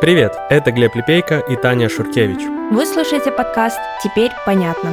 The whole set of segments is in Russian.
Привет, это Глеб Лепейко и Таня Шуркевич. Вы слушаете подкаст «Теперь понятно».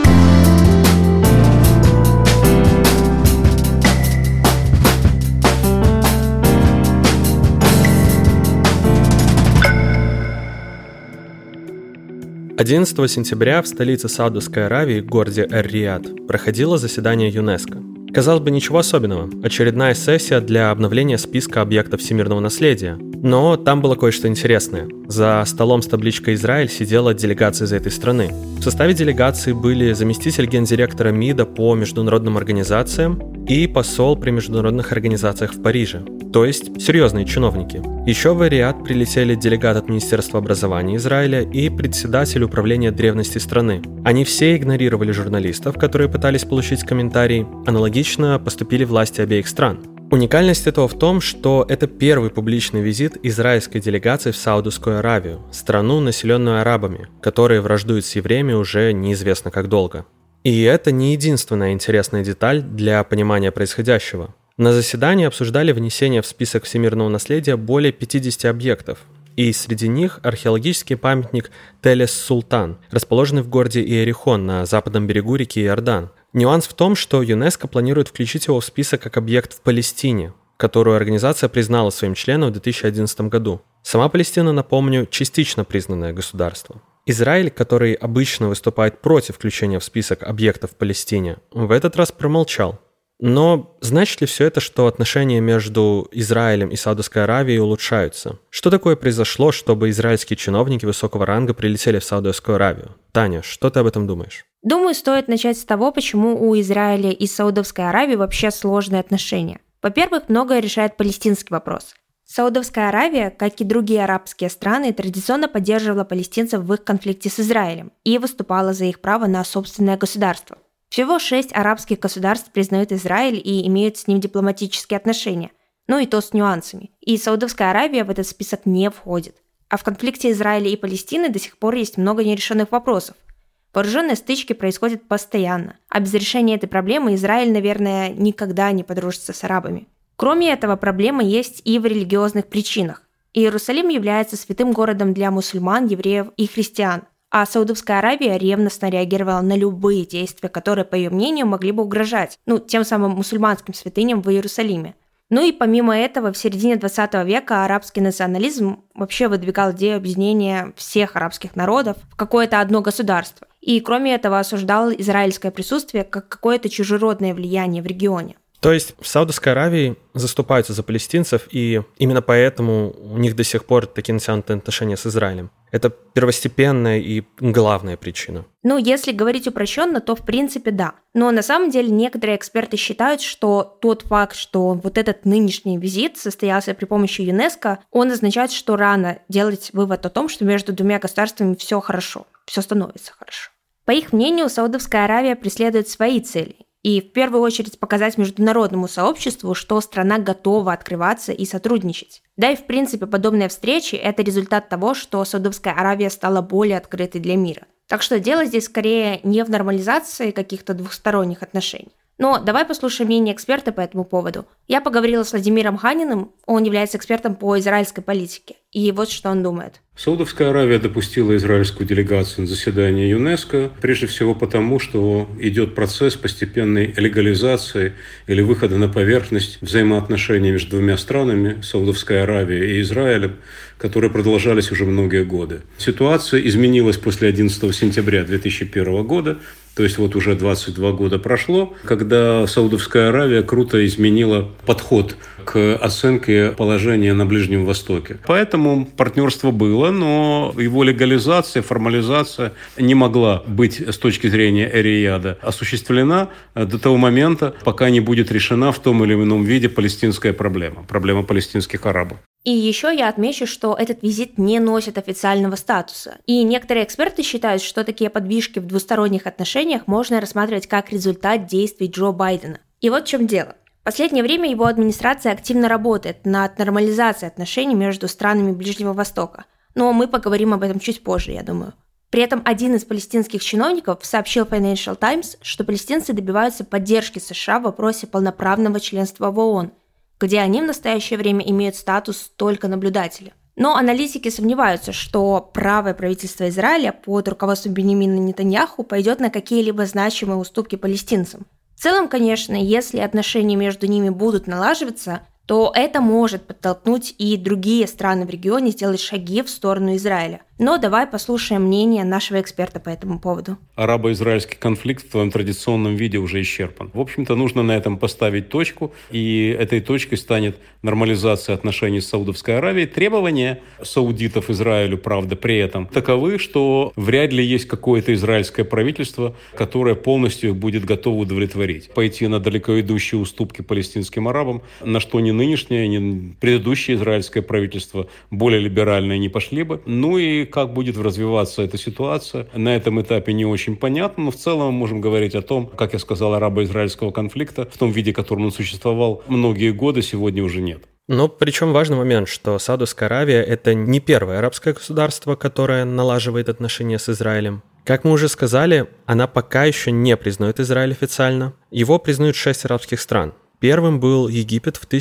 «11 сентября в столице Саудовской Аравии, городе Эр-Рияд, проходило заседание ЮНЕСКО. Казалось бы, ничего особенного. Очередная сессия для обновления списка объектов всемирного наследия. Но там было кое-что интересное. За столом с табличкой «Израиль» сидела делегация из этой страны. В составе делегации были заместитель гендиректора МИДа по международным организациям и посол при международных организациях в Париже. То есть серьезные чиновники. Еще в Эр-Рияд прилетели делегат от Министерства образования Израиля и председатель управления древности страны. Они все игнорировали журналистов, которые пытались получить комментарии. Аналогично поступили власти обеих стран. Уникальность этого в том, что это первый публичный визит израильской делегации в Саудовскую Аравию, страну, населенную арабами, которые враждуют с евреями уже неизвестно как долго. И это не единственная интересная деталь для понимания происходящего. На заседании обсуждали внесение в список всемирного наследия более 50 объектов, и среди них археологический памятник Телес-Султан, расположенный в городе Иерихон на западном берегу реки Иордан. Нюанс в том, что ЮНЕСКО планирует включить его в список как объект в Палестине, которую организация признала своим членом в 2011 году. Сама Палестина, напомню, частично признанное государство. Израиль, который обычно выступает против включения в список объектов в Палестине, в этот раз промолчал. Но значит ли все это, что отношения между Израилем и Саудовской Аравией улучшаются? Что такое произошло, чтобы израильские чиновники высокого ранга прилетели в Саудовскую Аравию? Таня, что ты об этом думаешь? Думаю, стоит начать с того, почему у Израиля и Саудовской Аравии вообще сложные отношения. Во-первых, многое решает палестинский вопрос. Саудовская Аравия, как и другие арабские страны, традиционно поддерживала палестинцев в их конфликте с Израилем и выступала за их право на собственное государство. Всего 6 арабских государств признают Израиль и имеют с ним дипломатические отношения, ну и то с нюансами. И Саудовская Аравия в этот список не входит. А в конфликте Израиля и Палестины до сих пор есть много нерешенных вопросов. Вооруженные стычки происходят постоянно, а без решения этой проблемы Израиль, наверное, никогда не подружится с арабами. Кроме этого, проблема есть и в религиозных причинах. Иерусалим является святым городом для мусульман, евреев и христиан, а Саудовская Аравия ревностно реагировала на любые действия, которые, по ее мнению, могли бы угрожать, тем самым мусульманским святыням в Иерусалиме. И помимо этого, в середине 20 века арабский национализм вообще выдвигал идею объединения всех арабских народов в какое-то одно государство. И кроме этого осуждал израильское присутствие как какое-то чужеродное влияние в регионе. То есть в Саудовской Аравии заступаются за палестинцев, и именно поэтому у них до сих пор такие натянутые отношения с Израилем. Это первостепенная и главная причина. Если говорить упрощенно, то в принципе да. Но на самом деле некоторые эксперты считают, что тот факт, что вот этот нынешний визит состоялся при помощи ЮНЕСКО, он означает, что рано делать вывод о том, что между двумя государствами все хорошо, все становится хорошо. По их мнению, Саудовская Аравия преследует свои цели. И в первую очередь показать международному сообществу, что страна готова открываться и сотрудничать. Да и в принципе подобные встречи – это результат того, что Саудовская Аравия стала более открытой для мира. Так что дело здесь скорее не в нормализации каких-то двухсторонних отношений. Но давай послушаем мнение эксперта по этому поводу. Я поговорила с Владимиром Ханиным, он является экспертом по израильской политике. И вот что он думает. Саудовская Аравия допустила израильскую делегацию на заседание ЮНЕСКО, прежде всего потому, что идет процесс постепенной легализации или выхода на поверхность взаимоотношений между двумя странами, Саудовской Аравией и Израилем, которые продолжались уже многие годы. Ситуация изменилась после 11 сентября 2001 года, то есть вот уже 22 года прошло, когда Саудовская Аравия круто изменила подход к оценке положения на Ближнем Востоке. Поэтому партнерство было, но его легализация, формализация не могла быть с точки зрения Эр-Рияда осуществлена до того момента, пока не будет решена в том или ином виде палестинская проблема палестинских арабов. И еще я отмечу, что этот визит не носит официального статуса. И некоторые эксперты считают, что такие подвижки в двусторонних отношениях можно рассматривать как результат действий Джо Байдена. И вот в чем дело. В последнее время его администрация активно работает над нормализацией отношений между странами Ближнего Востока. Но мы поговорим об этом чуть позже, я думаю. При этом один из палестинских чиновников сообщил Financial Times, что палестинцы добиваются поддержки США в вопросе полноправного членства в ООН, где они в настоящее время имеют статус только наблюдателя. Но аналитики сомневаются, что правое правительство Израиля под руководством Биньямина Нетаньяху пойдет на какие-либо значимые уступки палестинцам. В целом, конечно, если отношения между ними будут налаживаться, то это может подтолкнуть и другие страны в регионе сделать шаги в сторону Израиля. Но давай послушаем мнение нашего эксперта по этому поводу. Арабо-израильский конфликт в своем традиционном виде уже исчерпан. В общем-то, нужно на этом поставить точку, и этой точкой станет нормализация отношений с Саудовской Аравией. Требования саудитов Израилю, правда, при этом таковы, что вряд ли есть какое-то израильское правительство, которое полностью их будет готово удовлетворить. Пойти на далеко идущие уступки палестинским арабам, на что ни нынешнее, ни предыдущее израильское правительство более либеральное не пошли бы. Ну и как будет развиваться эта ситуация, на этом этапе не очень понятно, но в целом мы можем говорить о том, как я сказал, арабо-израильского конфликта, в том виде, в котором он существовал многие годы, сегодня уже нет. Но причем важный момент, что Саудовская Аравия – это не первое арабское государство, которое налаживает отношения с Израилем. Как мы уже сказали, она пока еще не признает Израиль официально. Его признают 6 арабских стран. Первым был Египет в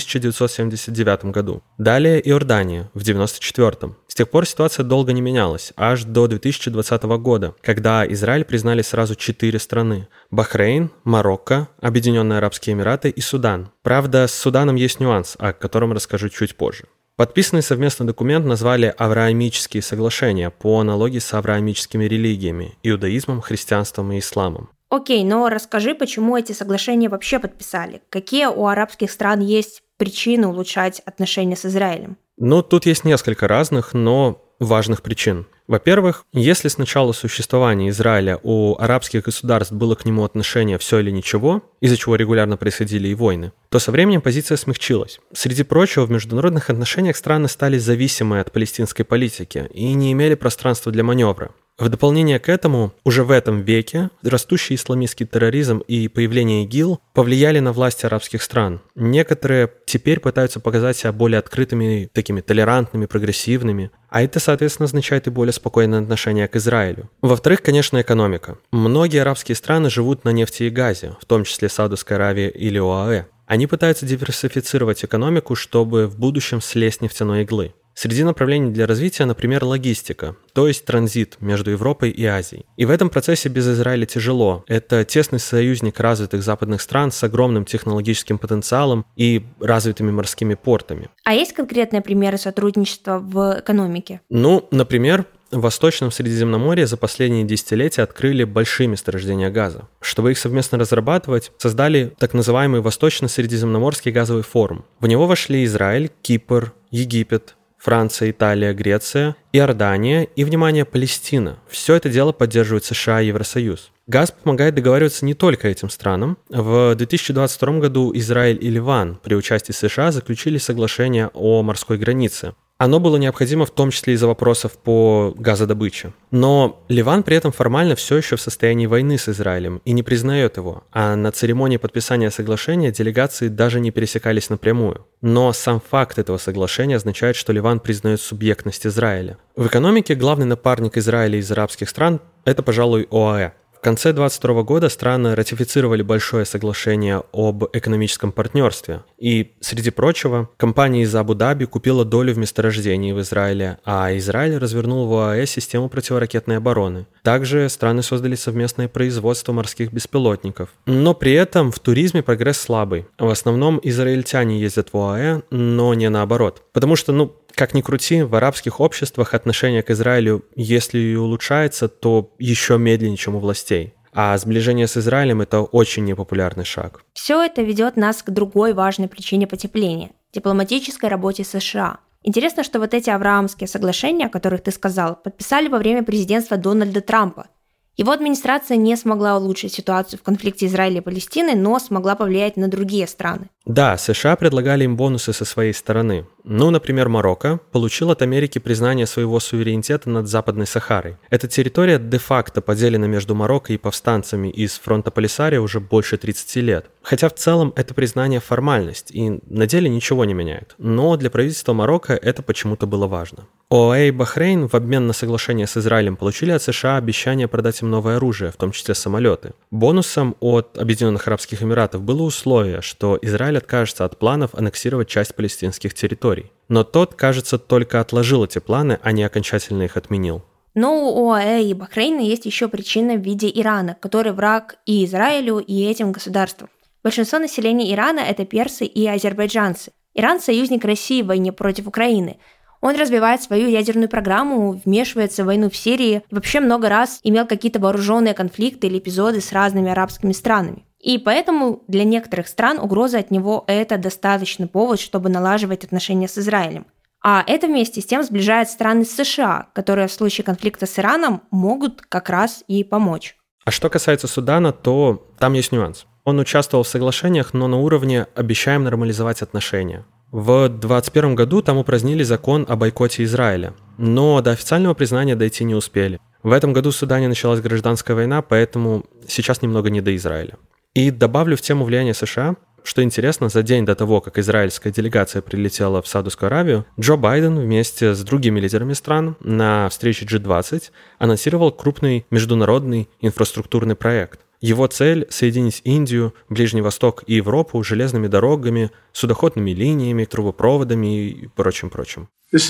1979 году. Далее Иордания в 1994. С тех пор ситуация долго не менялась, аж до 2020 года, когда Израиль признали сразу 4 страны – Бахрейн, Марокко, Объединенные Арабские Эмираты и Судан. Правда, с Суданом есть нюанс, о котором расскажу чуть позже. Подписанный совместный документ назвали «Авраамические соглашения» по аналогии с авраамическими религиями – иудаизмом, христианством и исламом. Окей, но расскажи, почему эти соглашения вообще подписали? Какие у арабских стран есть причины улучшать отношения с Израилем? Тут есть несколько разных, но важных причин. Во-первых, если с начала существования Израиля у арабских государств было к нему отношение «все или ничего», из-за чего регулярно происходили и войны, то со временем позиция смягчилась. Среди прочего, в международных отношениях страны стали зависимы от палестинской политики и не имели пространства для маневра. В дополнение к этому, уже в этом веке растущий исламистский терроризм и появление ИГИЛ повлияли на власти арабских стран. Некоторые теперь пытаются показать себя более открытыми, такими толерантными, прогрессивными, а это, соответственно, означает и более спокойное отношение к Израилю. Во-вторых, конечно, экономика. Многие арабские страны живут на нефти и газе, в том числе Саудовская Аравия или ОАЭ. Они пытаются диверсифицировать экономику, чтобы в будущем слезть нефтяной иглы. Среди направлений для развития, например, логистика, то есть транзит между Европой и Азией. И в этом процессе без Израиля тяжело. Это тесный союзник развитых западных стран с огромным технологическим потенциалом и развитыми морскими портами. А есть конкретные примеры сотрудничества в экономике? Например, в Восточном Средиземноморье за последние десятилетия открыли большие месторождения газа. Чтобы их совместно разрабатывать, создали так называемый Восточно-Средиземноморский газовый форум. В него вошли Израиль, Кипр, Египет, Франция, Италия, Греция, Иордания и, внимание, Палестина. Все это дело поддерживает США и Евросоюз. Газ помогает договариваться не только этим странам. В 2022 году Израиль и Ливан при участии США заключили соглашение о морской границе. Оно было необходимо в том числе из-за вопросов по газодобыче. Но Ливан при этом формально все еще в состоянии войны с Израилем и не признает его, а на церемонии подписания соглашения делегации даже не пересекались напрямую. Но сам факт этого соглашения означает, что Ливан признает субъектность Израиля. В экономике главный напарник Израиля из арабских стран – это, пожалуй, ОАЭ. В конце 2022 года страны ратифицировали большое соглашение об экономическом партнерстве. И, среди прочего, компания из Абу-Даби купила долю в месторождении в Израиле, а Израиль развернул в ОАЭ систему противоракетной обороны. Также страны создали совместное производство морских беспилотников. Но при этом в туризме прогресс слабый. В основном израильтяне ездят в ОАЭ, но не наоборот. Потому что, как ни крути, в арабских обществах отношение к Израилю, если и улучшается, то еще медленнее, чем у властей. А сближение с Израилем – это очень непопулярный шаг. Все это ведет нас к другой важной причине потепления – дипломатической работе США. Интересно, что вот эти Авраамские соглашения, о которых ты сказал, подписали во время президентства Дональда Трампа. Его администрация не смогла улучшить ситуацию в конфликте Израиля и Палестины, но смогла повлиять на другие страны. Да, США предлагали им бонусы со своей стороны. Например, Марокко получил от Америки признание своего суверенитета над Западной Сахарой. Эта территория де-факто поделена между Марокко и повстанцами из фронта Полисария уже больше 30 лет. Хотя в целом это признание формальность и на деле ничего не меняет. Но для правительства Марокко это почему-то было важно. ОАЭ и Бахрейн в обмен на соглашение с Израилем получили от США обещание продать им новое оружие, в том числе самолеты. Бонусом от Объединенных Арабских Эмиратов было условие, что Израиль откажется от планов аннексировать часть палестинских территорий. Но тот, кажется, только отложил эти планы, а не окончательно их отменил. Но у ОАЭ и Бахрейна есть еще причина в виде Ирана, который враг и Израилю, и этим государствам. Большинство населения Ирана – это персы и азербайджанцы. Иран – союзник России в войне против Украины. Он развивает свою ядерную программу, вмешивается в войну в Сирии и вообще много раз имел какие-то вооруженные конфликты или эпизоды с разными арабскими странами. И поэтому для некоторых стран угроза от него – это достаточный повод, чтобы налаживать отношения с Израилем. А это вместе с тем сближает страны США, которые в случае конфликта с Ираном могут как раз и помочь. А что касается Судана, то там есть нюанс. Он участвовал в соглашениях, но на уровне «обещаем нормализовать отношения». В 2021 году там упразднили закон о бойкоте Израиля, но до официального признания дойти не успели. В этом году в Судане началась гражданская война, поэтому сейчас немного не до Израиля. И добавлю в тему влияния США, что интересно, за день до того, как израильская делегация прилетела в Саудовскую Аравию, Джо Байден вместе с другими лидерами стран на встрече G20 анонсировал крупный международный инфраструктурный проект. Его цель – соединить Индию, Ближний Восток и Европу железными дорогами, судоходными линиями, трубопроводами и прочим-прочим.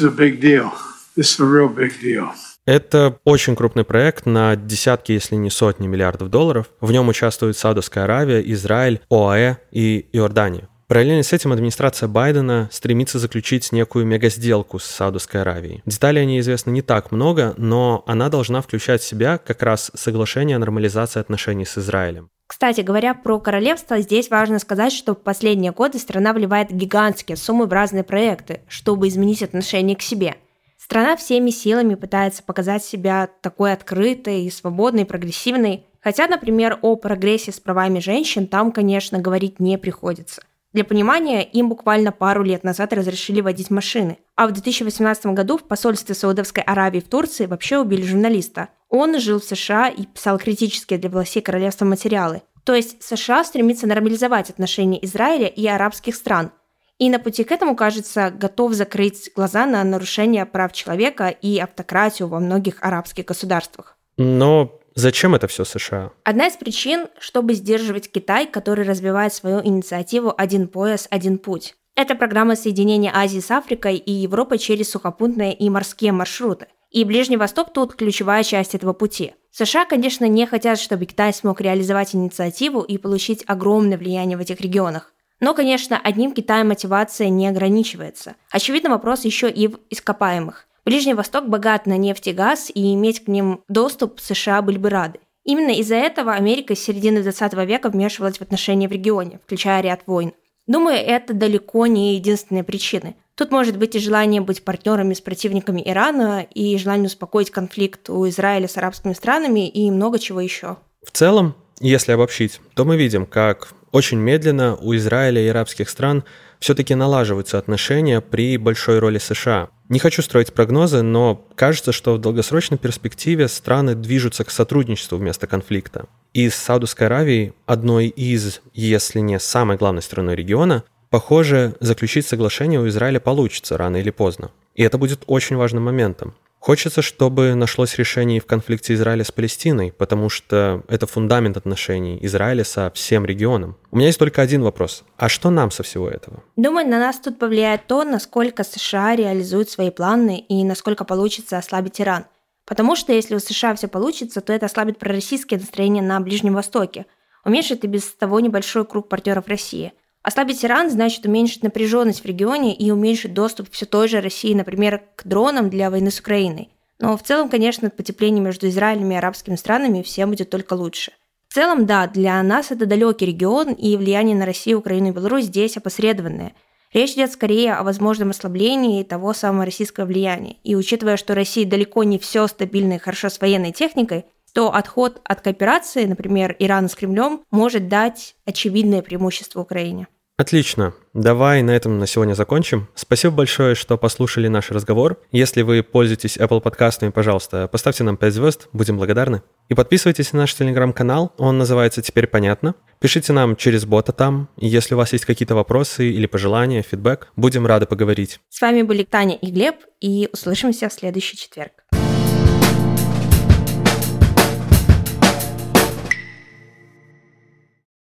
Это очень крупный проект на десятки, если не сотни миллиардов долларов. В нем участвуют Саудовская Аравия, Израиль, ОАЭ и Иордания. Параллельно с этим администрация Байдена стремится заключить некую мегасделку с Саудовской Аравией. Деталей о ней известно не так много, но она должна включать в себя как раз соглашение о нормализации отношений с Израилем. Кстати, говоря про королевство, здесь важно сказать, что в последние годы страна вливает гигантские суммы в разные проекты, чтобы изменить отношение к себе. Страна всеми силами пытается показать себя такой открытой, свободной, прогрессивной, хотя, например, о прогрессе с правами женщин там, конечно, говорить не приходится. Для понимания, им буквально пару лет назад разрешили водить машины. А в 2018 году в посольстве Саудовской Аравии в Турции вообще убили журналиста. Он жил в США и писал критические для властей королевства материалы. То есть США стремится нормализовать отношения Израиля и арабских стран. И на пути к этому, кажется, готов закрыть глаза на нарушение прав человека и автократию во многих арабских государствах. Но зачем это все США? Одна из причин, чтобы сдерживать Китай, который развивает свою инициативу «Один пояс, один путь». Это программа соединения Азии с Африкой и Европой через сухопутные и морские маршруты. И Ближний Восток тут ключевая часть этого пути. США, конечно, не хотят, чтобы Китай смог реализовать инициативу и получить огромное влияние в этих регионах. Но, конечно, одним Китаем мотивация не ограничивается. Очевидно, вопрос еще и в ископаемых. Ближний Восток богат на нефть и газ, и иметь к ним доступ США были бы рады. Именно из-за этого Америка с середины 20 века вмешивалась в отношения в регионе, включая ряд войн. Думаю, это далеко не единственные причины. Тут может быть и желание быть партнерами с противниками Ирана, и желание успокоить конфликт у Израиля с арабскими странами, и много чего еще. В целом, если обобщить, то мы видим, как очень медленно у Израиля и арабских стран все-таки налаживаются отношения при большой роли США. Не хочу строить прогнозы, но кажется, что в долгосрочной перспективе страны движутся к сотрудничеству вместо конфликта. И с Саудовской Аравией, одной из, если не самой главной страной региона, похоже, заключить соглашение у Израиля получится рано или поздно. И это будет очень важным моментом. Хочется, чтобы нашлось решение и в конфликте Израиля с Палестиной, потому что это фундамент отношений Израиля со всем регионом. У меня есть только один вопрос. А что нам со всего этого? Думаю, на нас тут повлияет то, насколько США реализуют свои планы и насколько получится ослабить Иран. Потому что если у США все получится, то это ослабит пророссийские настроения на Ближнем Востоке, уменьшит и без того небольшой круг партнеров России. Ослабить Иран значит уменьшить напряженность в регионе и уменьшить доступ все той же России, например, к дронам для войны с Украиной. Но в целом, конечно, от потепления между Израилем и арабскими странами всем будет только лучше. В целом, да, для нас это далекий регион, и влияние на Россию, Украину и Беларусь здесь опосредованное. Речь идет скорее о возможном ослаблении того самого российского влияния. И учитывая, что России далеко не все стабильно и хорошо с военной техникой, то отход от кооперации, например, Ирана с Кремлем, может дать очевидное преимущество Украине. Отлично. Давай на этом на сегодня закончим. Спасибо большое, что послушали наш разговор. Если вы пользуетесь Apple подкастами, пожалуйста, поставьте нам 5 звезд, будем благодарны. И подписывайтесь на наш телеграм-канал, он называется «Теперь понятно». Пишите нам через бота там. Если у вас есть какие-то вопросы или пожелания, фидбэк, будем рады поговорить. С вами были Таня и Глеб, и услышимся в следующий четверг.